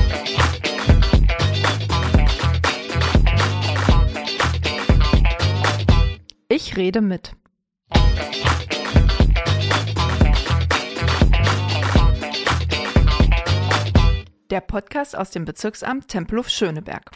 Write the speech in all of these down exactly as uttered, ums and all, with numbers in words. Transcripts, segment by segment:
Ich rede mit. Der Podcast aus dem Bezirksamt Tempelhof-Schöneberg.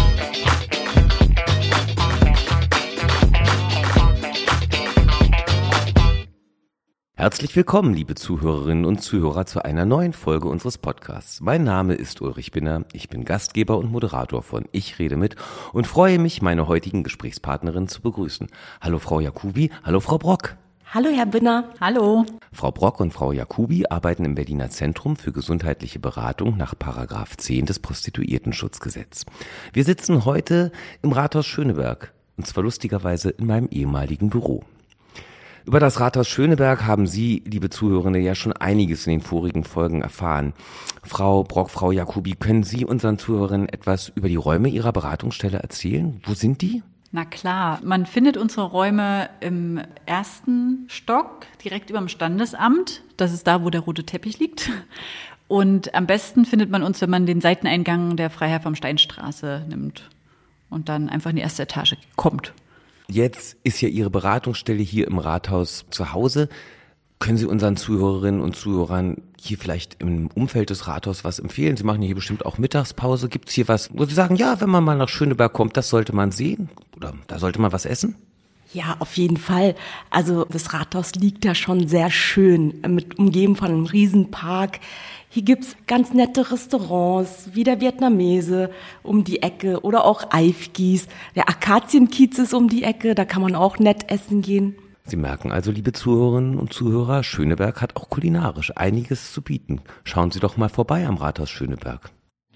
Herzlich willkommen, liebe Zuhörerinnen und Zuhörer, zu einer neuen Folge unseres Podcasts. Mein Name ist Ulrich Binner, ich bin Gastgeber und Moderator von Ich rede mit und freue mich, meine heutigen Gesprächspartnerinnen zu begrüßen. Hallo Frau Jacobi, hallo Frau Brock. Hallo Herr Binner. Hallo. Frau Brock und Frau Jacobi arbeiten im Berliner Zentrum für gesundheitliche Beratung nach Paragraph zehn des Prostituiertenschutzgesetzes. Wir sitzen heute im Rathaus Schöneberg, und zwar lustigerweise in meinem ehemaligen Büro. Über das Rathaus Schöneberg haben Sie, liebe Zuhörende, ja schon einiges in den vorigen Folgen erfahren. Frau Brock, Frau Jacobi, können Sie unseren Zuhörerinnen etwas über die Räume Ihrer Beratungsstelle erzählen? Wo sind die? Na klar, man findet unsere Räume im ersten Stock, direkt über dem Standesamt. Das ist da, wo der rote Teppich liegt. Und am besten findet man uns, wenn man den Seiteneingang der Freiherr vom Steinstraße nimmt und dann einfach in die erste Etage kommt. Jetzt ist ja Ihre Beratungsstelle hier im Rathaus zu Hause. Können Sie unseren Zuhörerinnen und Zuhörern hier vielleicht im Umfeld des Rathauses was empfehlen? Sie machen ja hier bestimmt auch Mittagspause. Gibt es hier was, wo Sie sagen, ja, wenn man mal nach Schöneberg kommt, das sollte man sehen? Oder da sollte man was essen? Ja, auf jeden Fall. Also das Rathaus liegt da schon sehr schön, mit umgeben von einem Riesenpark. Hier gibt's ganz nette Restaurants, wie der Vietnamese um die Ecke oder auch Eifgies. Der Akazienkiez ist um die Ecke, da kann man auch nett essen gehen. Sie merken also, liebe Zuhörerinnen und Zuhörer, Schöneberg hat auch kulinarisch einiges zu bieten. Schauen Sie doch mal vorbei am Rathaus Schöneberg.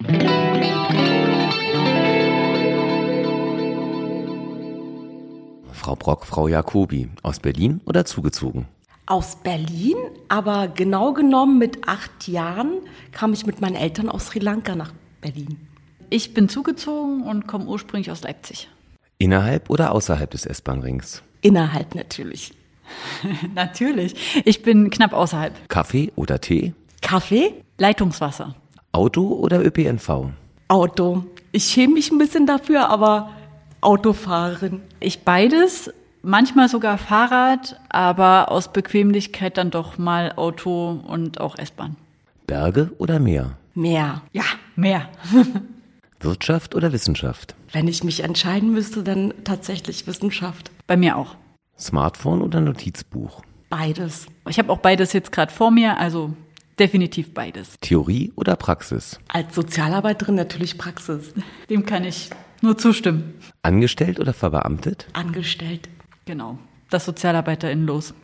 Frau Brock, Frau Jacobi, aus Berlin oder zugezogen? Aus Berlin, aber genau genommen mit acht Jahren kam ich mit meinen Eltern aus Sri Lanka nach Berlin. Ich bin zugezogen und komme ursprünglich aus Leipzig. Innerhalb oder außerhalb des S-Bahn-Rings? Innerhalb natürlich. Natürlich. Ich bin knapp außerhalb. Kaffee oder Tee? Kaffee? Leitungswasser. Auto oder Ö P N V? Auto. Ich schäme mich ein bisschen dafür, aber Autofahrerin. Ich beides. Manchmal sogar Fahrrad, aber aus Bequemlichkeit dann doch mal Auto und auch S-Bahn. Berge oder Meer? Meer. Ja, Meer. Wirtschaft oder Wissenschaft? Wenn ich mich entscheiden müsste, dann tatsächlich Wissenschaft. Bei mir auch. Smartphone oder Notizbuch? Beides. Ich habe auch beides jetzt gerade vor mir, also definitiv beides. Theorie oder Praxis? Als Sozialarbeiterin natürlich Praxis. Dem kann ich nur zustimmen. Angestellt oder verbeamtet? Angestellt. Genau, das SozialarbeiterInnen-Los.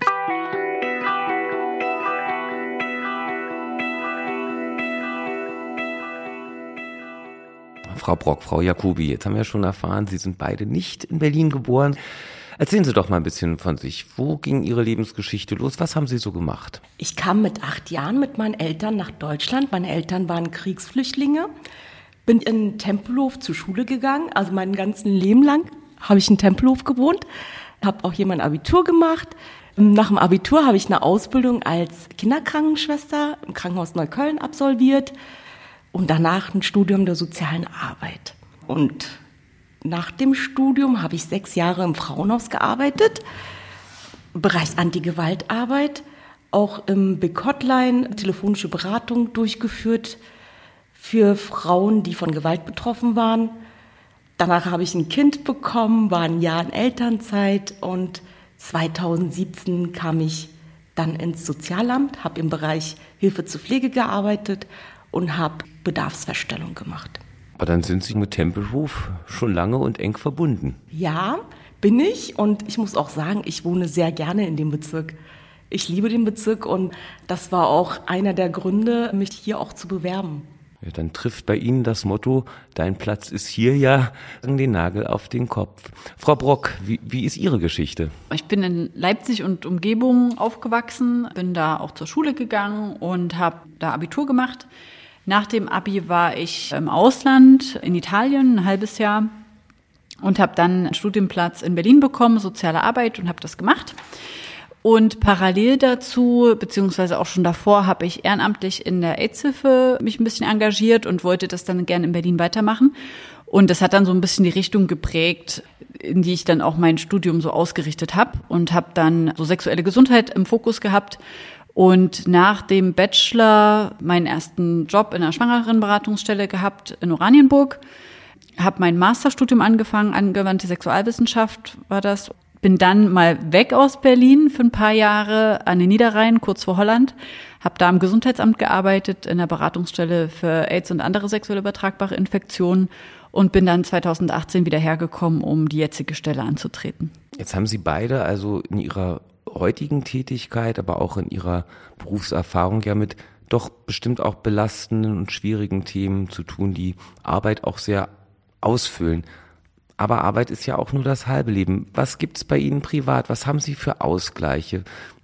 Frau Brock, Frau Jacobi, jetzt haben wir schon erfahren, Sie sind beide nicht in Berlin geboren. Erzählen Sie doch mal ein bisschen von sich. Wo ging Ihre Lebensgeschichte los? Was haben Sie so gemacht? Ich kam mit acht Jahren mit meinen Eltern nach Deutschland. Meine Eltern waren Kriegsflüchtlinge. Bin in Tempelhof zur Schule gegangen. Also mein ganzes Leben lang habe ich in Tempelhof gewohnt. Habe auch hier mein Abitur gemacht. Nach dem Abitur habe ich eine Ausbildung als Kinderkrankenschwester im Krankenhaus Neukölln absolviert und danach ein Studium der sozialen Arbeit. Und nach dem Studium habe ich sechs Jahre im Frauenhaus gearbeitet, im Bereich Anti-Gewalt-Arbeit, auch im Big Hotline telefonische Beratung durchgeführt für Frauen, die von Gewalt betroffen waren. Danach habe ich ein Kind bekommen, war ein Jahr in Elternzeit und zweitausendsiebzehn kam ich dann ins Sozialamt, habe im Bereich Hilfe zur Pflege gearbeitet und habe Bedarfsfeststellung gemacht. Aber dann sind Sie mit Tempelhof schon lange und eng verbunden. Ja, bin ich und ich muss auch sagen, ich wohne sehr gerne in dem Bezirk. Ich liebe den Bezirk und das war auch einer der Gründe, mich hier auch zu bewerben. Ja, dann trifft bei Ihnen das Motto, dein Platz ist hier, ja den Nagel auf den Kopf. Frau Brock, wie, wie ist Ihre Geschichte? Ich bin in Leipzig und Umgebung aufgewachsen, bin da auch zur Schule gegangen und habe da Abitur gemacht. Nach dem Abi war ich im Ausland, in Italien, ein halbes Jahr und habe dann einen Studienplatz in Berlin bekommen, soziale Arbeit, und habe das gemacht. Und parallel dazu, beziehungsweise auch schon davor, habe ich ehrenamtlich in der AIDS-Hilfe mich ein bisschen engagiert und wollte das dann gerne in Berlin weitermachen. Und das hat dann so ein bisschen die Richtung geprägt, in die ich dann auch mein Studium so ausgerichtet habe und habe dann so sexuelle Gesundheit im Fokus gehabt. Und nach dem Bachelor meinen ersten Job in einer Schwangerenberatungsstelle gehabt in Oranienburg, habe mein Masterstudium angefangen, angewandte Sexualwissenschaft war das. Bin dann mal weg aus Berlin für ein paar Jahre an den Niederrhein, kurz vor Holland. Habe da im Gesundheitsamt gearbeitet, in der Beratungsstelle für AIDS und andere sexuell übertragbare Infektionen und bin dann zweitausendachtzehn wieder hergekommen, um die jetzige Stelle anzutreten. Jetzt haben Sie beide also in Ihrer heutigen Tätigkeit, aber auch in Ihrer Berufserfahrung ja mit doch bestimmt auch belastenden und schwierigen Themen zu tun, die Arbeit auch sehr ausfüllen. Aber Arbeit ist ja auch nur das halbe Leben. Was gibt's bei Ihnen privat? Was haben Sie für Ausgleiche?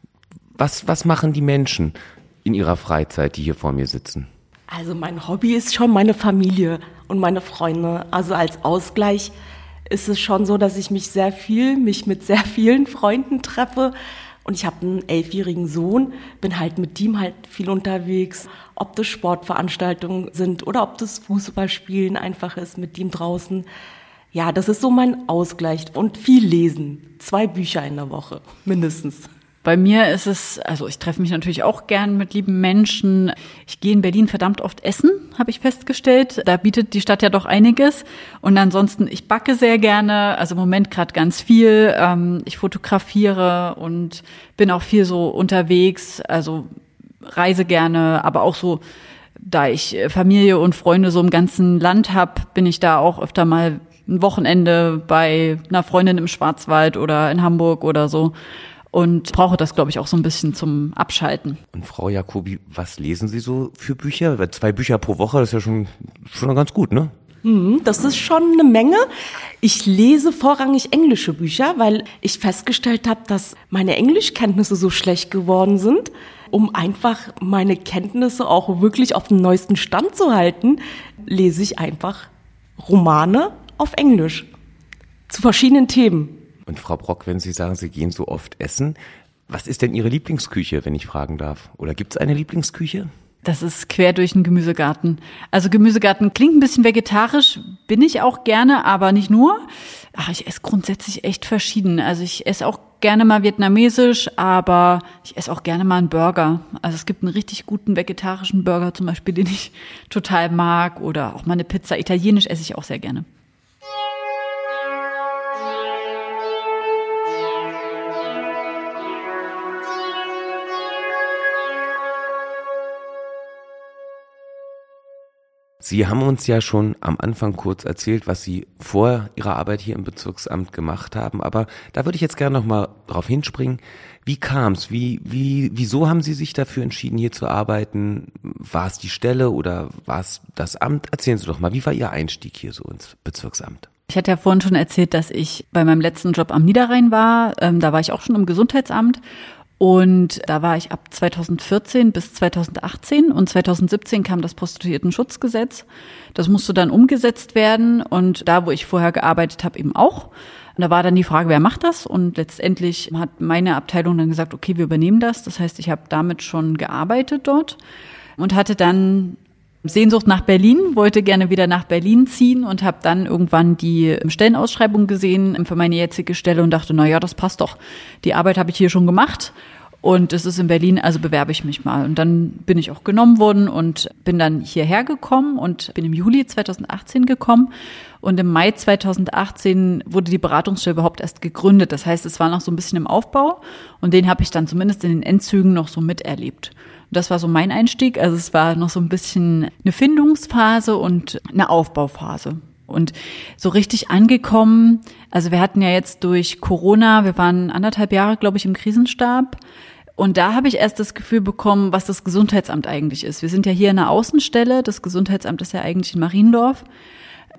Was, was machen die Menschen in ihrer Freizeit, die hier vor mir sitzen? Also mein Hobby ist schon meine Familie und meine Freunde. Also als Ausgleich ist es schon so, dass ich mich sehr viel, mich mit sehr vielen Freunden treffe. Und ich habe einen elfjährigen Sohn, bin halt mit ihm halt viel unterwegs. Ob das Sportveranstaltungen sind oder ob das Fußballspielen einfach ist mit ihm draußen. Ja, das ist so mein Ausgleich und viel lesen. Zwei Bücher in der Woche, mindestens. Bei mir ist es, also ich treffe mich natürlich auch gern mit lieben Menschen. Ich gehe in Berlin verdammt oft essen, habe ich festgestellt. Da bietet die Stadt ja doch einiges. Und ansonsten, ich backe sehr gerne, also im Moment gerade ganz viel. Ich fotografiere und bin auch viel so unterwegs, also reise gerne, aber auch so, da ich Familie und Freunde so im ganzen Land habe, bin ich da auch öfter mal ein Wochenende bei einer Freundin im Schwarzwald oder in Hamburg oder so und brauche das, glaube ich, auch so ein bisschen zum Abschalten. Und Frau Jacobi, was lesen Sie so für Bücher? Weil zwei Bücher pro Woche, das ist ja schon, schon ganz gut, ne? Das ist schon eine Menge. Ich lese vorrangig englische Bücher, weil ich festgestellt habe, dass meine Englischkenntnisse so schlecht geworden sind. Um einfach meine Kenntnisse auch wirklich auf dem neuesten Stand zu halten, lese ich einfach Romane auf Englisch zu verschiedenen Themen. Und Frau Brock, wenn Sie sagen, Sie gehen so oft essen, was ist denn Ihre Lieblingsküche, wenn ich fragen darf? Oder gibt es eine Lieblingsküche? Das ist quer durch den Gemüsegarten. Also Gemüsegarten klingt ein bisschen vegetarisch, bin ich auch gerne, aber nicht nur. Ach, ich esse grundsätzlich echt verschieden. Also ich esse auch gerne mal vietnamesisch, aber ich esse auch gerne mal einen Burger. Also es gibt einen richtig guten vegetarischen Burger zum Beispiel, den ich total mag. Oder auch mal eine Pizza. Italienisch esse ich auch sehr gerne. Sie haben uns ja schon am Anfang kurz erzählt, was Sie vor Ihrer Arbeit hier im Bezirksamt gemacht haben, aber da würde ich jetzt gerne noch mal drauf hinspringen. Wie kam es? Wie, wie, wieso haben Sie sich dafür entschieden, hier zu arbeiten? War es die Stelle oder war es das Amt? Erzählen Sie doch mal, wie war Ihr Einstieg hier so ins Bezirksamt? Ich hatte ja vorhin schon erzählt, dass ich bei meinem letzten Job am Niederrhein war. Ähm, da war ich auch schon im Gesundheitsamt. Und da war ich ab zweitausendvierzehn bis zweitausendachtzehn und zweitausendsiebzehn kam das Prostituiertenschutzgesetz. Das musste dann umgesetzt werden und da, wo ich vorher gearbeitet habe, eben auch. Und da war dann die Frage, wer macht das? Und letztendlich hat meine Abteilung dann gesagt, okay, wir übernehmen das. Das heißt, ich habe damit schon gearbeitet dort und hatte dann Sehnsucht nach Berlin, wollte gerne wieder nach Berlin ziehen und habe dann irgendwann die Stellenausschreibung gesehen für meine jetzige Stelle und dachte, na ja, das passt doch. Die Arbeit habe ich hier schon gemacht und es ist in Berlin, also bewerbe ich mich mal. Und dann bin ich auch genommen worden und bin dann hierher gekommen und bin im Juli zweitausendachtzehn gekommen. Und im Mai zweitausendachtzehn wurde die Beratungsstelle überhaupt erst gegründet. Das heißt, es war noch so ein bisschen im Aufbau und den habe ich dann zumindest in den Endzügen noch so miterlebt. Das war so mein Einstieg. Also es war noch so ein bisschen eine Findungsphase und eine Aufbauphase. Und so richtig angekommen, also wir hatten ja jetzt durch Corona, wir waren anderthalb Jahre, glaube ich, im Krisenstab. Und da habe ich erst das Gefühl bekommen, was das Gesundheitsamt eigentlich ist. Wir sind ja hier in einer Außenstelle. Das Gesundheitsamt ist ja eigentlich in Mariendorf.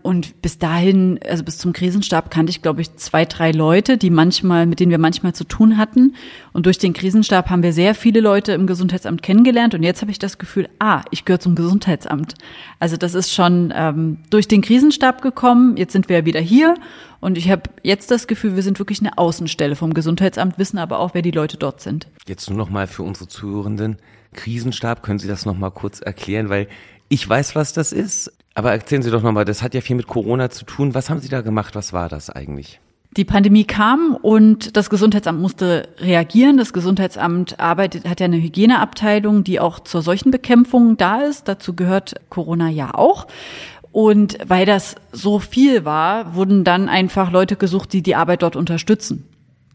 Und bis dahin, also bis zum Krisenstab kannte ich, glaube ich, zwei, drei Leute, die manchmal, mit denen wir manchmal zu tun hatten. Und durch den Krisenstab haben wir sehr viele Leute im Gesundheitsamt kennengelernt. Und jetzt habe ich das Gefühl, ah, ich gehöre zum Gesundheitsamt. Also das ist schon ähm, durch den Krisenstab gekommen. Jetzt sind wir ja wieder hier. Und ich habe jetzt das Gefühl, wir sind wirklich eine Außenstelle vom Gesundheitsamt, wissen aber auch, wer die Leute dort sind. Jetzt nur noch mal für unsere Zuhörenden. Krisenstab, können Sie das noch mal kurz erklären? Weil ich weiß, was das ist. Aber erzählen Sie doch nochmal, das hat ja viel mit Corona zu tun. Was haben Sie da gemacht? Was war das eigentlich? Die Pandemie kam und das Gesundheitsamt musste reagieren. Das Gesundheitsamt arbeitet, hat ja eine Hygieneabteilung, die auch zur Seuchenbekämpfung da ist. Dazu gehört Corona ja auch. Und weil das so viel war, wurden dann einfach Leute gesucht, die die Arbeit dort unterstützen.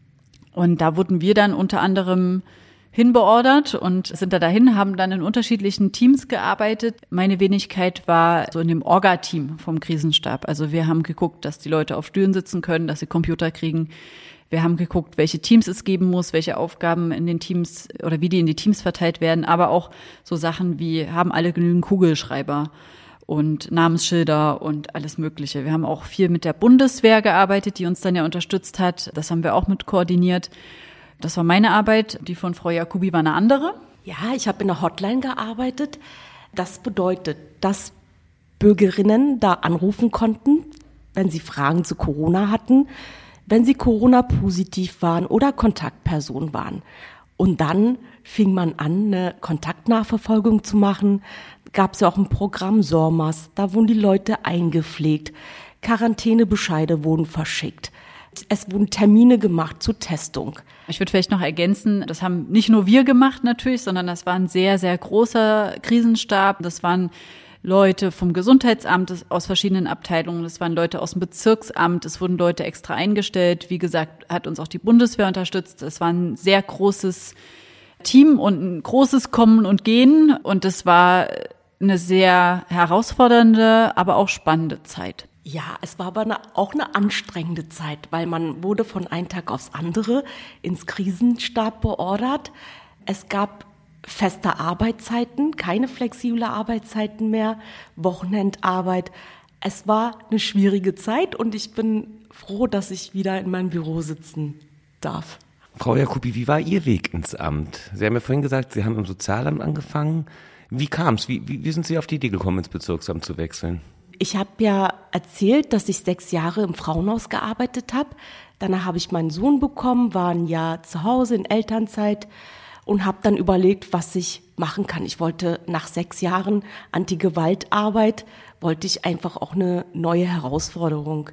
Und da wurden wir dann unter anderem hinbeordert und sind da dahin, haben dann in unterschiedlichen Teams gearbeitet. Meine Wenigkeit war so in dem Orga-Team vom Krisenstab. Also wir haben geguckt, dass die Leute auf Stühlen sitzen können, dass sie Computer kriegen. Wir haben geguckt, welche Teams es geben muss, welche Aufgaben in den Teams oder wie die in die Teams verteilt werden. Aber auch so Sachen wie, haben alle genügend Kugelschreiber und Namensschilder und alles Mögliche. Wir haben auch viel mit der Bundeswehr gearbeitet, die uns dann ja unterstützt hat. Das haben wir auch mit koordiniert. Das war meine Arbeit, die von Frau Jacobi war eine andere. Ja, ich habe in der Hotline gearbeitet. Das bedeutet, dass Bürgerinnen da anrufen konnten, wenn sie Fragen zu Corona hatten, wenn sie Corona-positiv waren oder Kontaktperson waren. Und dann fing man an, eine Kontaktnachverfolgung zu machen. Gab es ja auch ein Programm SORMAS, da wurden die Leute eingepflegt. Quarantänebescheide wurden verschickt. Es wurden Termine gemacht zur Testung. Ich würde vielleicht noch ergänzen, das haben nicht nur wir gemacht natürlich, sondern das war ein sehr, sehr großer Krisenstab. Das waren Leute vom Gesundheitsamt aus verschiedenen Abteilungen, das waren Leute aus dem Bezirksamt, es wurden Leute extra eingestellt. Wie gesagt, hat uns auch die Bundeswehr unterstützt. Es war ein sehr großes Team und ein großes Kommen und Gehen. Und es war eine sehr herausfordernde, aber auch spannende Zeit. Ja, es war aber eine, auch eine anstrengende Zeit, weil man wurde von einem Tag aufs andere ins Krisenstab beordert. Es gab feste Arbeitszeiten, keine flexible Arbeitszeiten mehr, Wochenendarbeit. Es war eine schwierige Zeit und ich bin froh, dass ich wieder in meinem Büro sitzen darf. Frau Jacobi, wie war Ihr Weg ins Amt? Sie haben ja vorhin gesagt, Sie haben im Sozialamt angefangen. Wie kam es? Wie, wie, wie sind Sie auf die Idee gekommen, ins Bezirksamt zu wechseln? Ich habe ja erzählt, dass ich sechs Jahre im Frauenhaus gearbeitet habe. Danach habe ich meinen Sohn bekommen, war ein Jahr zu Hause in Elternzeit und habe dann überlegt, was ich machen kann. Ich wollte nach sechs Jahren Anti-Gewalt-Arbeit, wollte ich einfach auch eine neue Herausforderung.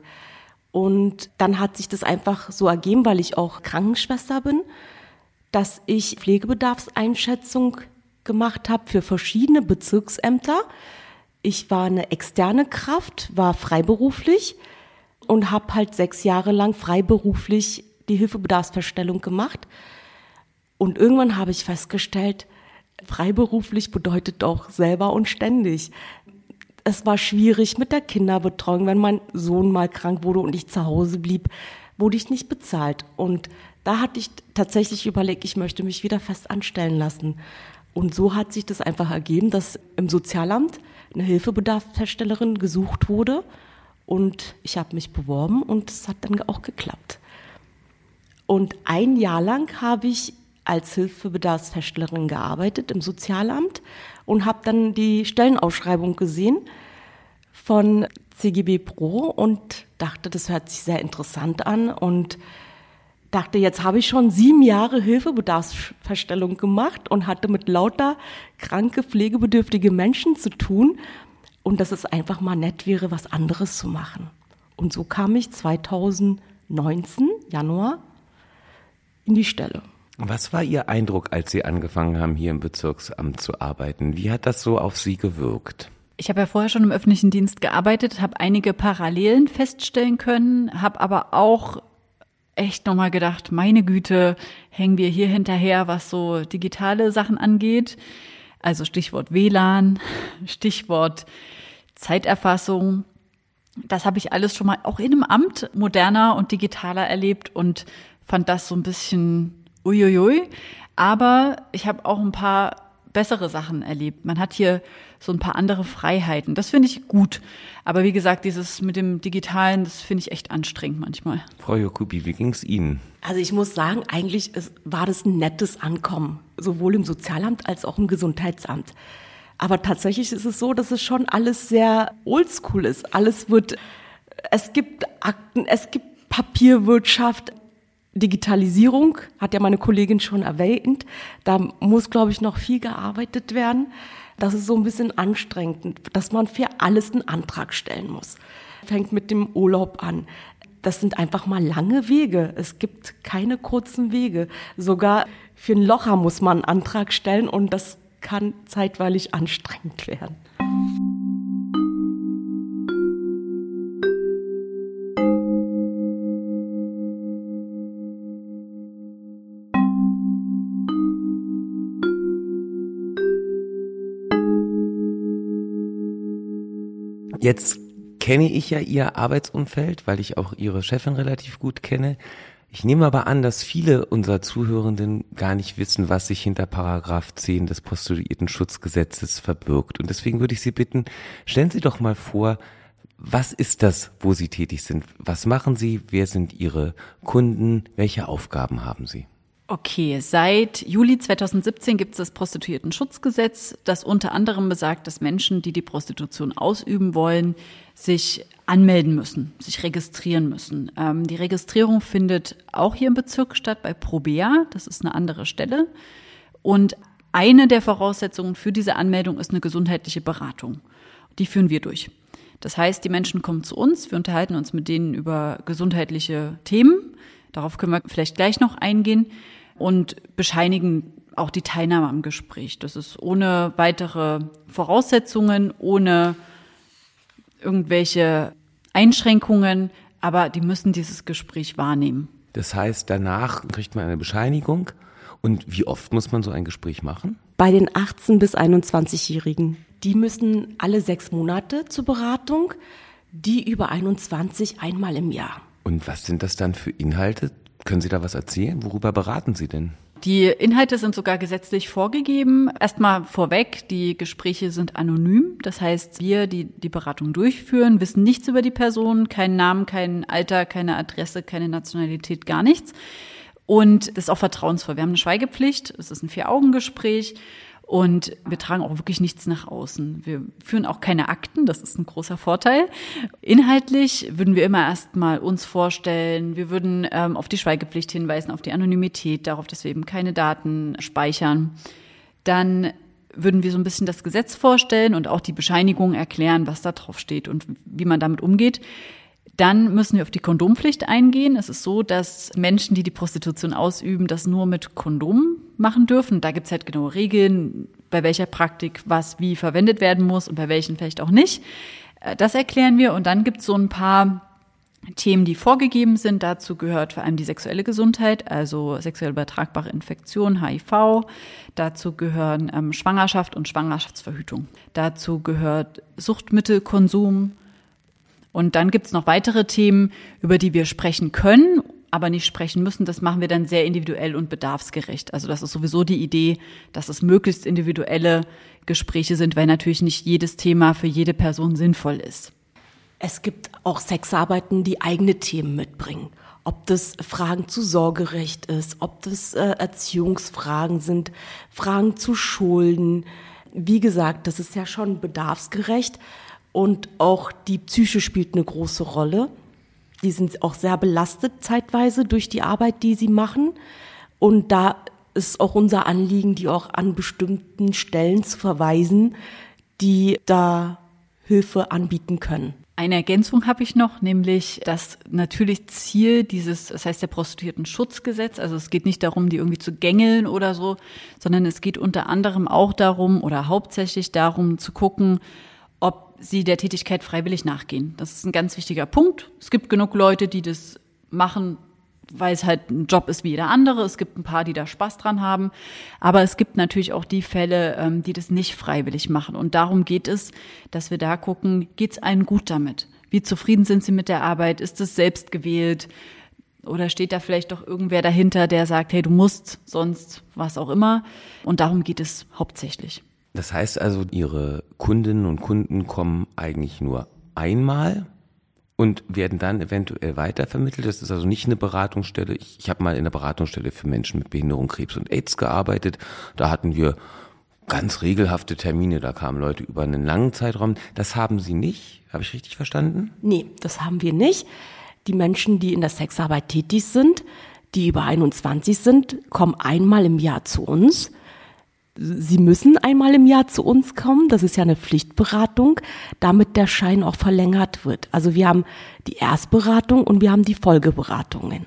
Und dann hat sich das einfach so ergeben, weil ich auch Krankenschwester bin, dass ich Pflegebedarfseinschätzung gemacht habe für verschiedene Bezirksämter. Ich war eine externe Kraft, war freiberuflich und habe halt sechs Jahre lang freiberuflich die Hilfebedarfsfeststellung gemacht. Und irgendwann habe ich festgestellt, freiberuflich bedeutet auch selber und ständig. Es war schwierig mit der Kinderbetreuung. Wenn mein Sohn mal krank wurde und ich zu Hause blieb, wurde ich nicht bezahlt. Und da hatte ich tatsächlich überlegt, ich möchte mich wieder fest anstellen lassen. Und so hat sich das einfach ergeben, dass im Sozialamt eine Hilfebedarfsfeststellerin gesucht wurde und ich habe mich beworben und es hat dann auch geklappt. Und ein Jahr lang habe ich als Hilfebedarfsfeststellerin gearbeitet im Sozialamt und habe dann die Stellenausschreibung gesehen von C G B Pro und dachte, das hört sich sehr interessant an und dachte, jetzt habe ich schon sieben Jahre Hilfebedarfsfeststellung gemacht und hatte mit lauter kranke, pflegebedürftige Menschen zu tun und dass es einfach mal nett wäre, was anderes zu machen. Und so kam ich zweitausendneunzehn, Januar, in die Stelle. Was war Ihr Eindruck, als Sie angefangen haben, hier im Bezirksamt zu arbeiten? Wie hat das so auf Sie gewirkt? Ich habe ja vorher schon im öffentlichen Dienst gearbeitet, habe einige Parallelen feststellen können, habe aber auch echt nochmal gedacht, meine Güte, hängen wir hier hinterher, was so digitale Sachen angeht. Also Stichwort W L A N, Stichwort Zeiterfassung. Das habe ich alles schon mal auch in einem Amt moderner und digitaler erlebt und fand das so ein bisschen uiuiui. Aber ich habe auch ein paar bessere Sachen erlebt. Man hat hier so ein paar andere Freiheiten. Das finde ich gut. Aber wie gesagt, dieses mit dem Digitalen, das finde ich echt anstrengend manchmal. Frau Jacobi, wie ging es Ihnen? Also ich muss sagen, eigentlich ist, war das ein nettes Ankommen, sowohl im Sozialamt als auch im Gesundheitsamt. Aber tatsächlich ist es so, dass es schon alles sehr oldschool ist. Alles wird, es gibt Akten, es gibt Papierwirtschaft, Digitalisierung, hat ja meine Kollegin schon erwähnt. Da muss, glaube ich, noch viel gearbeitet werden. Das ist so ein bisschen anstrengend, dass man für alles einen Antrag stellen muss. Fängt mit dem Urlaub an. Das sind einfach mal lange Wege. Es gibt keine kurzen Wege. Sogar für einen Locher muss man einen Antrag stellen und das kann zeitweilig anstrengend werden. Jetzt kenne ich ja Ihr Arbeitsumfeld, weil ich auch Ihre Chefin relativ gut kenne. Ich nehme aber an, dass viele unserer Zuhörenden gar nicht wissen, was sich hinter Paragraph zehn des Prostituiertenschutzgesetzes verbirgt. Und deswegen würde ich Sie bitten, stellen Sie doch mal vor, was ist das, wo Sie tätig sind? Was machen Sie? Wer sind Ihre Kunden? Welche Aufgaben haben Sie? Okay, seit Juli zweitausendsiebzehn gibt es das Prostituiertenschutzgesetz, das unter anderem besagt, dass Menschen, die die Prostitution ausüben wollen, sich anmelden müssen, sich registrieren müssen. Ähm, die Registrierung findet auch hier im Bezirk statt, bei Probea, das ist eine andere Stelle. Und eine der Voraussetzungen für diese Anmeldung ist eine gesundheitliche Beratung. Die führen wir durch. Das heißt, die Menschen kommen zu uns, wir unterhalten uns mit denen über gesundheitliche Themen. Darauf können wir vielleicht gleich noch eingehen. Und bescheinigen auch die Teilnahme am Gespräch. Das ist ohne weitere Voraussetzungen, ohne irgendwelche Einschränkungen, aber die müssen dieses Gespräch wahrnehmen. Das heißt, danach kriegt man eine Bescheinigung. Und wie oft muss man so ein Gespräch machen? Bei den achtzehn- bis einundzwanzigjährigen. Die müssen alle sechs Monate zur Beratung, die über einundzwanzig einmal im Jahr. Und was sind das dann für Inhalte? Können Sie da was erzählen? Worüber beraten Sie denn? Die Inhalte sind sogar gesetzlich vorgegeben. Erstmal vorweg, die Gespräche sind anonym. Das heißt, wir, die die Beratung durchführen, wissen nichts über die Person, keinen Namen, kein Alter, keine Adresse, keine Nationalität, gar nichts. Und das ist auch vertrauensvoll. Wir haben eine Schweigepflicht, es ist ein Vier-Augen-Gespräch. Und wir tragen auch wirklich nichts nach außen. Wir führen auch keine Akten, das ist ein großer Vorteil. Inhaltlich würden wir immer erstmal uns vorstellen, wir würden ähm, auf die Schweigepflicht hinweisen, auf die Anonymität, darauf, dass wir eben keine Daten speichern. Dann würden wir so ein bisschen das Gesetz vorstellen und auch die Bescheinigung erklären, was da drauf steht und wie man damit umgeht. Dann müssen wir auf die Kondompflicht eingehen. Es ist so, dass Menschen, die die Prostitution ausüben, das nur mit Kondom machen dürfen. Da gibt es halt genaue Regeln, bei welcher Praktik was wie verwendet werden muss und bei welchen vielleicht auch nicht. Das erklären wir. Und dann gibt es so ein paar Themen, die vorgegeben sind. Dazu gehört vor allem die sexuelle Gesundheit, also sexuell übertragbare Infektionen, H I V. Dazu gehören ähm, Schwangerschaft und Schwangerschaftsverhütung. Dazu gehört Suchtmittelkonsum. Und dann gibt's noch weitere Themen, über die wir sprechen können, aber nicht sprechen müssen. Das machen wir dann sehr individuell und bedarfsgerecht. Also das ist sowieso die Idee, dass es möglichst individuelle Gespräche sind, weil natürlich nicht jedes Thema für jede Person sinnvoll ist. Es gibt auch Sexarbeiten, die eigene Themen mitbringen. Ob das Fragen zu Sorgerecht ist, ob das äh, Erziehungsfragen sind, Fragen zu Schulden. Wie gesagt, das ist ja schon bedarfsgerecht. Und auch die Psyche spielt eine große Rolle. Die sind auch sehr belastet zeitweise durch die Arbeit, die sie machen. Und da ist auch unser Anliegen, die auch an bestimmten Stellen zu verweisen, die da Hilfe anbieten können. Eine Ergänzung habe ich noch, nämlich das natürlich Ziel dieses, das heißt der Prostituiertenschutzgesetz, also es geht nicht darum, die irgendwie zu gängeln oder so, sondern es geht unter anderem auch darum oder hauptsächlich darum zu gucken, ob sie der Tätigkeit freiwillig nachgehen. Das ist ein ganz wichtiger Punkt. Es gibt genug Leute, die das machen, weil es halt ein Job ist wie jeder andere. Es gibt ein paar, die da Spaß dran haben. Aber es gibt natürlich auch die Fälle, die das nicht freiwillig machen. Und darum geht es, dass wir da gucken, geht es allen gut damit? Wie zufrieden sind sie mit der Arbeit? Ist es selbst gewählt? Oder steht da vielleicht doch irgendwer dahinter, der sagt, hey, du musst, sonst was auch immer. Und darum geht es hauptsächlich. Das heißt also, Ihre Kundinnen und Kunden kommen eigentlich nur einmal und werden dann eventuell weitervermittelt. Das ist also nicht eine Beratungsstelle. Ich, ich habe mal in einer Beratungsstelle für Menschen mit Behinderung, Krebs und AIDS gearbeitet. Da hatten wir ganz regelhafte Termine. Da kamen Leute über einen langen Zeitraum. Das haben Sie nicht? Habe ich richtig verstanden? Nee, das haben wir nicht. Die Menschen, die in der Sexarbeit tätig sind, die über einundzwanzig sind, kommen einmal im Jahr zu uns. Sie müssen einmal im Jahr zu uns kommen, das ist ja eine Pflichtberatung, damit der Schein auch verlängert wird. Also wir haben die Erstberatung und wir haben die Folgeberatungen.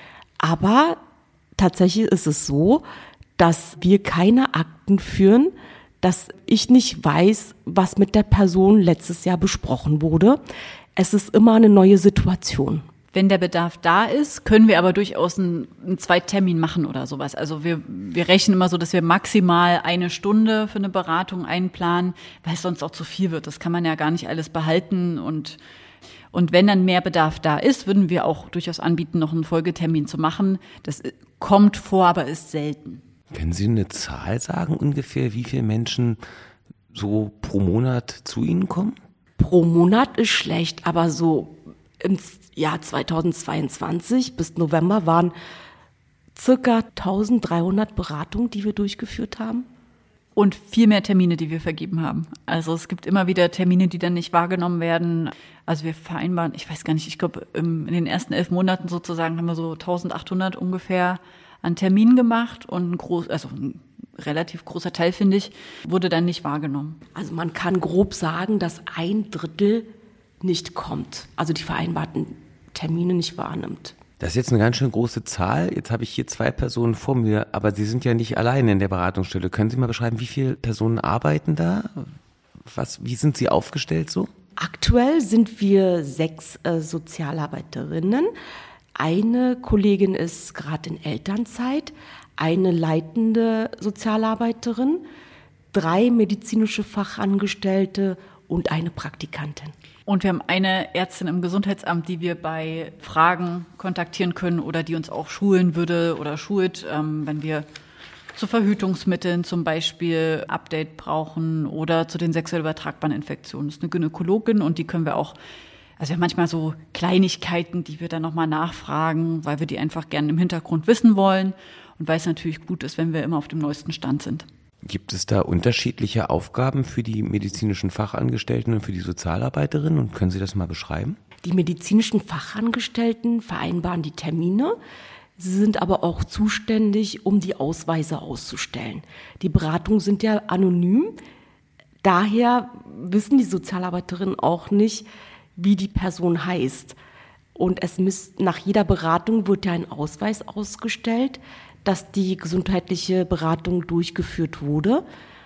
Aber tatsächlich ist es so, dass wir keine Akten führen, dass ich nicht weiß, was mit der Person letztes Jahr besprochen wurde. Es ist immer eine neue Situation. Wenn der Bedarf da ist, können wir aber durchaus einen, einen Zweittermin machen oder sowas. Also wir, wir rechnen immer so, dass wir maximal eine Stunde für eine Beratung einplanen, weil es sonst auch zu viel wird. Das kann man ja gar nicht alles behalten. Und, und wenn dann mehr Bedarf da ist, würden wir auch durchaus anbieten, noch einen Folgetermin zu machen. Das kommt vor, aber ist selten. Können Sie eine Zahl sagen ungefähr, wie viele Menschen so pro Monat zu Ihnen kommen? Pro Monat ist schlecht, aber so im Jahr zweitausendzweiundzwanzig bis November waren circa eintausenddreihundert Beratungen, die wir durchgeführt haben. Und viel mehr Termine, die wir vergeben haben. Also es gibt immer wieder Termine, die dann nicht wahrgenommen werden. Also wir vereinbaren, ich weiß gar nicht, ich glaube in den ersten elf Monaten sozusagen haben wir so eintausendachthundert ungefähr an Terminen gemacht und ein groß, also ein relativ großer Teil, finde ich, wurde dann nicht wahrgenommen. Also man kann grob sagen, dass ein Drittel nicht kommt, also die vereinbarten Termine nicht wahrnimmt. Das ist jetzt eine ganz schön große Zahl. Jetzt habe ich hier zwei Personen vor mir, aber Sie sind ja nicht alleine in der Beratungsstelle. Können Sie mal beschreiben, wie viele Personen arbeiten da? Was, wie sind Sie aufgestellt so? Aktuell sind wir sechs äh, Sozialarbeiterinnen. Eine Kollegin ist gerade in Elternzeit, eine leitende Sozialarbeiterin, drei medizinische Fachangestellte und eine Praktikantin. Und wir haben eine Ärztin im Gesundheitsamt, die wir bei Fragen kontaktieren können oder die uns auch schulen würde oder schult, ähm, wenn wir zu Verhütungsmitteln zum Beispiel Update brauchen oder zu den sexuell übertragbaren Infektionen. Das ist eine Gynäkologin und die können wir auch, also wir haben manchmal so Kleinigkeiten, die wir dann nochmal nachfragen, weil wir die einfach gerne im Hintergrund wissen wollen und weil es natürlich gut ist, wenn wir immer auf dem neuesten Stand sind. Gibt es da unterschiedliche Aufgaben für die medizinischen Fachangestellten und für die Sozialarbeiterinnen? Und können Sie das mal beschreiben? Die medizinischen Fachangestellten vereinbaren die Termine. Sie sind aber auch zuständig, um die Ausweise auszustellen. Die Beratungen sind ja anonym. Daher wissen die Sozialarbeiterinnen auch nicht, wie die Person heißt. Und es misst, nach jeder Beratung wird ja ein Ausweis ausgestellt, dass die gesundheitliche Beratung durchgeführt wurde.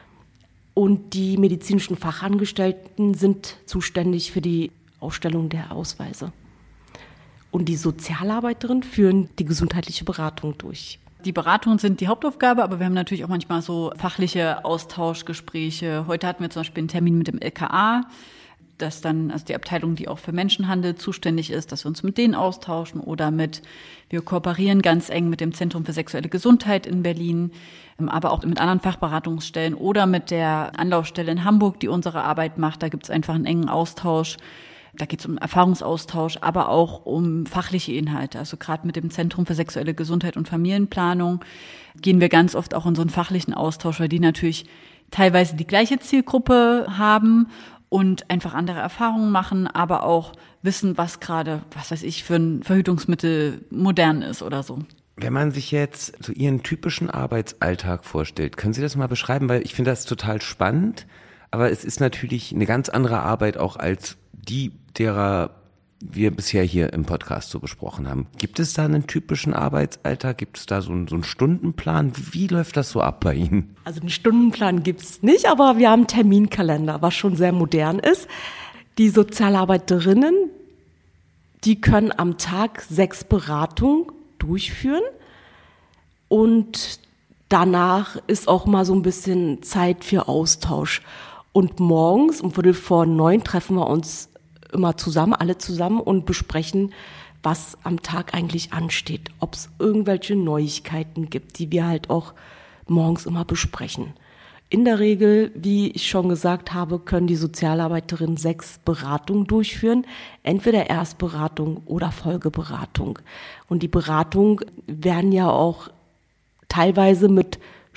Und die medizinischen Fachangestellten sind zuständig für die Ausstellung der Ausweise. Und die Sozialarbeiterinnen führen die gesundheitliche Beratung durch. Die Beratungen sind die Hauptaufgabe, aber wir haben natürlich auch manchmal so fachliche Austauschgespräche. Heute hatten wir zum Beispiel einen Termin mit dem L K A, dass dann, also die Abteilung, die auch für Menschenhandel zuständig ist, dass wir uns mit denen austauschen oder mit, wir kooperieren ganz eng mit dem Zentrum für sexuelle Gesundheit in Berlin, aber auch mit anderen Fachberatungsstellen oder mit der Anlaufstelle in Hamburg, die unsere Arbeit macht. Da gibt es einfach einen engen Austausch. Da geht es um Erfahrungsaustausch, aber auch um fachliche Inhalte. Also gerade mit dem Zentrum für sexuelle Gesundheit und Familienplanung gehen wir ganz oft auch in so einen fachlichen Austausch, weil die natürlich teilweise die gleiche Zielgruppe haben und einfach andere Erfahrungen machen, aber auch wissen, was gerade, was weiß ich, für ein Verhütungsmittel modern ist oder so. Wenn man sich jetzt so Ihren typischen Arbeitsalltag vorstellt, können Sie das mal beschreiben? Weil ich finde das total spannend, aber es ist natürlich eine ganz andere Arbeit auch als die, derer wir bisher hier im Podcast so besprochen haben. Gibt es da einen typischen Arbeitsalltag? Gibt es da so einen, so einen Stundenplan? Wie läuft das so ab bei Ihnen? Also einen Stundenplan gibt es nicht, aber wir haben einen Terminkalender, was schon sehr modern ist. Die Sozialarbeiterinnen, die können am Tag sechs Beratungen durchführen und danach ist auch mal so ein bisschen Zeit für Austausch. Und morgens um Viertel vor neun treffen wir uns immer zusammen, alle zusammen und besprechen, was am Tag eigentlich ansteht, ob es irgendwelche Neuigkeiten gibt, die wir halt auch morgens immer besprechen. In der Regel, wie ich schon gesagt habe, können die Sozialarbeiterinnen sechs Beratungen durchführen, entweder Erstberatung oder Folgeberatung. Und die Beratungen werden ja auch teilweise mit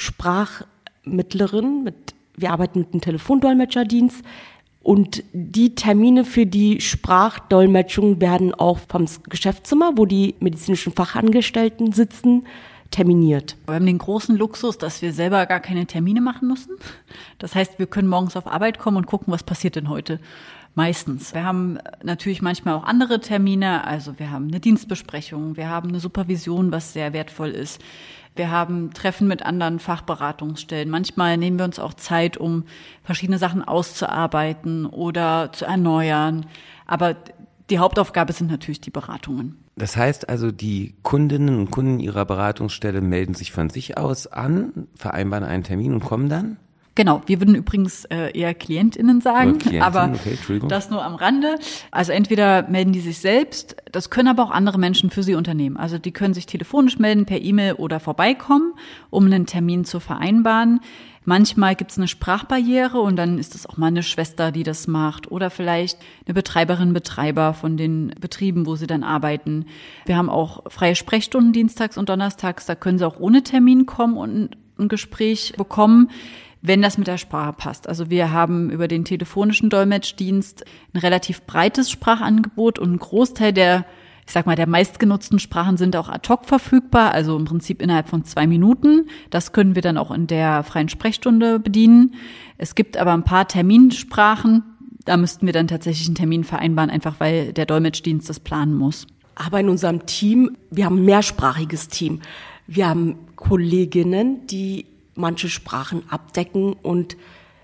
Sprachmittlerinnen, mit, wir arbeiten mit einem Telefondolmetscherdienst, und die Termine für die Sprachdolmetschung werden auch vom Geschäftszimmer, wo die medizinischen Fachangestellten sitzen, terminiert. Wir haben den großen Luxus, dass wir selber gar keine Termine machen müssen. Das heißt, wir können morgens auf Arbeit kommen und gucken, was passiert denn heute. Meistens. Wir haben natürlich manchmal auch andere Termine. Also wir haben eine Dienstbesprechung, wir haben eine Supervision, was sehr wertvoll ist. Wir haben Treffen mit anderen Fachberatungsstellen. Manchmal nehmen wir uns auch Zeit, um verschiedene Sachen auszuarbeiten oder zu erneuern. Aber die Hauptaufgabe sind natürlich die Beratungen. Das heißt also, die Kundinnen und Kunden Ihrer Beratungsstelle melden sich von sich aus an, vereinbaren einen Termin und kommen dann? Genau, wir würden übrigens äh, eher KlientInnen sagen, Klientin, aber okay, das nur am Rande. Also entweder melden die sich selbst, das können aber auch andere Menschen für sie unternehmen. Also die können sich telefonisch melden, per E-Mail oder vorbeikommen, um einen Termin zu vereinbaren. Manchmal gibt es eine Sprachbarriere und dann ist es auch mal eine Schwester, die das macht oder vielleicht eine Betreiberin, Betreiber von den Betrieben, wo sie dann arbeiten. Wir haben auch freie Sprechstunden dienstags und donnerstags, da können sie auch ohne Termin kommen und ein Gespräch bekommen, wenn das mit der Sprache passt. Also wir haben über den telefonischen Dolmetschdienst ein relativ breites Sprachangebot und ein Großteil der, ich sag mal, der meistgenutzten Sprachen sind auch ad hoc verfügbar, also im Prinzip innerhalb von zwei Minuten. Das können wir dann auch in der freien Sprechstunde bedienen. Es gibt aber ein paar Terminsprachen, da müssten wir dann tatsächlich einen Termin vereinbaren, einfach weil der Dolmetschdienst das planen muss. Aber in unserem Team, wir haben ein mehrsprachiges Team. Wir haben Kolleginnen, die manche Sprachen abdecken und